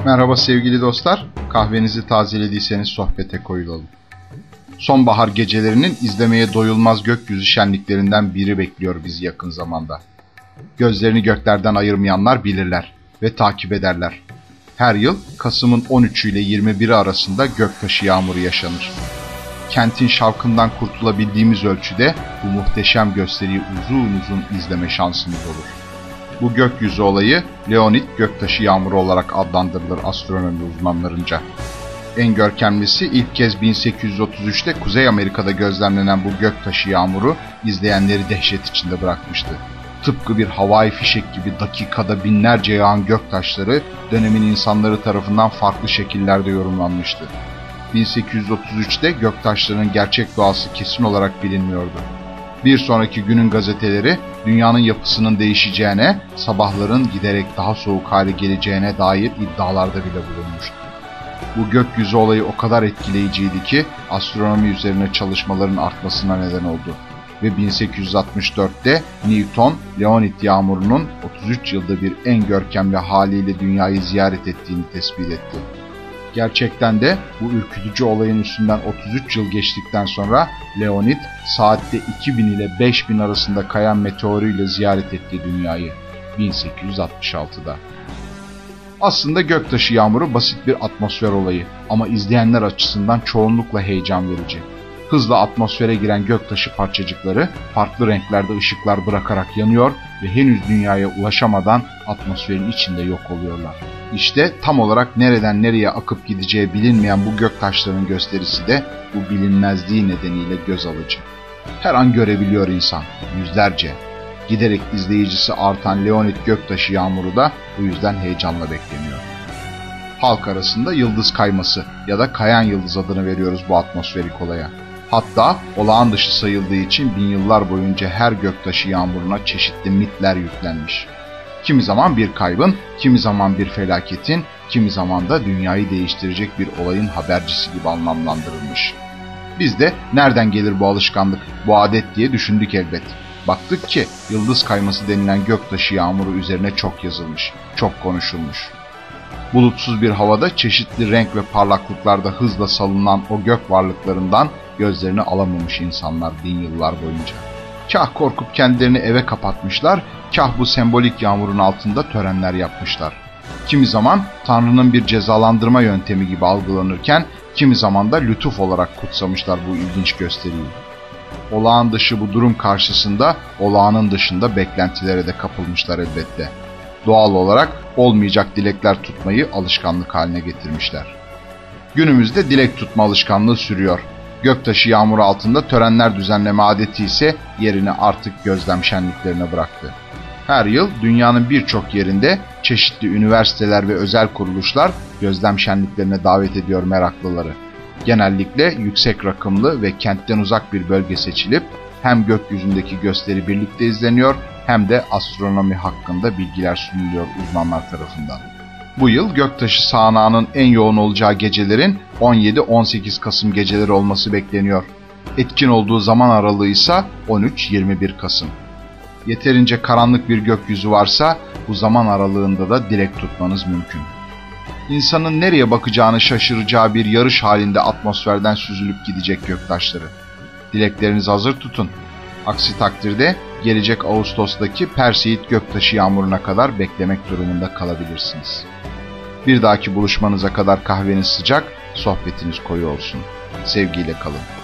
Merhaba sevgili dostlar, kahvenizi tazelediyseniz sohbete koyulalım. Sonbahar gecelerinin izlemeye doyulmaz gökyüzü şenliklerinden biri bekliyor bizi yakın zamanda. Gözlerini göklerden ayırmayanlar bilirler ve takip ederler. Her yıl Kasım'ın 13'ü ile 21'i arasında göktaşı yağmuru yaşanır. Kentin şavkından kurtulabildiğimiz ölçüde bu muhteşem gösteriyi uzun uzun izleme şansımız olur. Bu gökyüzü olayı Leonid göktaşı yağmuru olarak adlandırılır astronomi uzmanlarınca. En görkemlisi ilk kez 1833'te Kuzey Amerika'da gözlemlenen bu göktaşı yağmuru izleyenleri dehşet içinde bırakmıştı. Tıpkı bir havai fişek gibi dakikada binlerce yağan göktaşları dönemin insanları tarafından farklı şekillerde yorumlanmıştı. 1833'te göktaşlarının gerçek doğası kesin olarak bilinmiyordu. Bir sonraki günün gazeteleri dünyanın yapısının değişeceğine, sabahların giderek daha soğuk hale geleceğine dair iddialarda bile bulunmuştu. Bu gökyüzü olayı o kadar etkileyiciydi ki astronomi üzerine çalışmaların artmasına neden oldu. Ve 1864'te Newton, Leonid yağmurunun 33 yılda bir en görkemli haliyle dünyayı ziyaret ettiğini tespit etti. Gerçekten de bu ürkütücü olayın üstünden 33 yıl geçtikten sonra Leonid saatte 2000 ile 5000 arasında kayan meteoruyla ziyaret etti dünyayı 1866'da. Aslında göktaşı yağmuru basit bir atmosfer olayı ama izleyenler açısından çoğunlukla heyecan verici. Hızla atmosfere giren göktaşı parçacıkları farklı renklerde ışıklar bırakarak yanıyor ve henüz dünyaya ulaşamadan atmosferin içinde yok oluyorlar. İşte tam olarak nereden nereye akıp gideceği bilinmeyen bu göktaşlarının gösterisi de bu bilinmezliği nedeniyle göz alıcı. Her an görebiliyor insan, yüzlerce. Giderek izleyicisi artan Leonid göktaşı yağmuru da bu yüzden heyecanla bekleniyor. Halk arasında yıldız kayması ya da kayan yıldız adını veriyoruz bu atmosferik olaya. Hatta olağan dışı sayıldığı için bin yıllar boyunca her göktaşı yağmuruna çeşitli mitler yüklenmiş. Kimi zaman bir kaybın, kimi zaman bir felaketin, kimi zaman da dünyayı değiştirecek bir olayın habercisi gibi anlamlandırılmış. Biz de nereden gelir bu alışkanlık, bu adet diye düşündük elbet. Baktık ki yıldız kayması denilen göktaşı yağmuru üzerine çok yazılmış, çok konuşulmuş. Bulutsuz bir havada çeşitli renk ve parlaklıklarda hızla salınan o gök varlıklarından gözlerini alamamış insanlar bin yıllar boyunca. Kah korkup kendilerini eve kapatmışlar, kah bu sembolik yağmurun altında törenler yapmışlar. Kimi zaman Tanrı'nın bir cezalandırma yöntemi gibi algılanırken, kimi zaman da lütuf olarak kutsamışlar bu ilginç gösteriyi. Olağan dışı bu durum karşısında olağanın dışında beklentilere de kapılmışlar elbette. Doğal olarak olmayacak dilekler tutmayı alışkanlık haline getirmişler. Günümüzde dilek tutma alışkanlığı sürüyor. Göktaşı yağmuru altında törenler düzenleme adeti ise yerini artık gözlem şenliklerine bıraktı. Her yıl dünyanın birçok yerinde çeşitli üniversiteler ve özel kuruluşlar gözlem şenliklerine davet ediyor meraklıları. Genellikle yüksek rakımlı ve kentten uzak bir bölge seçilip hem gökyüzündeki gösteri birlikte izleniyor hem de astronomi hakkında bilgiler sunuluyor uzmanlar tarafından. Bu yıl göktaşı sağanağının en yoğun olacağı gecelerin 17-18 Kasım geceleri olması bekleniyor. Etkin olduğu zaman aralığı ise 13-21 Kasım. Yeterince karanlık bir gökyüzü varsa bu zaman aralığında da dilek tutmanız mümkün. İnsanın nereye bakacağını şaşıracağı bir yarış halinde atmosferden süzülüp gidecek göktaşları. Dileklerinizi hazır tutun. Aksi takdirde gelecek Ağustos'taki Perseid göktaşı yağmuruna kadar beklemek durumunda kalabilirsiniz. Bir dahaki buluşmanıza kadar kahveniz sıcak, sohbetiniz koyu olsun. Sevgiyle kalın.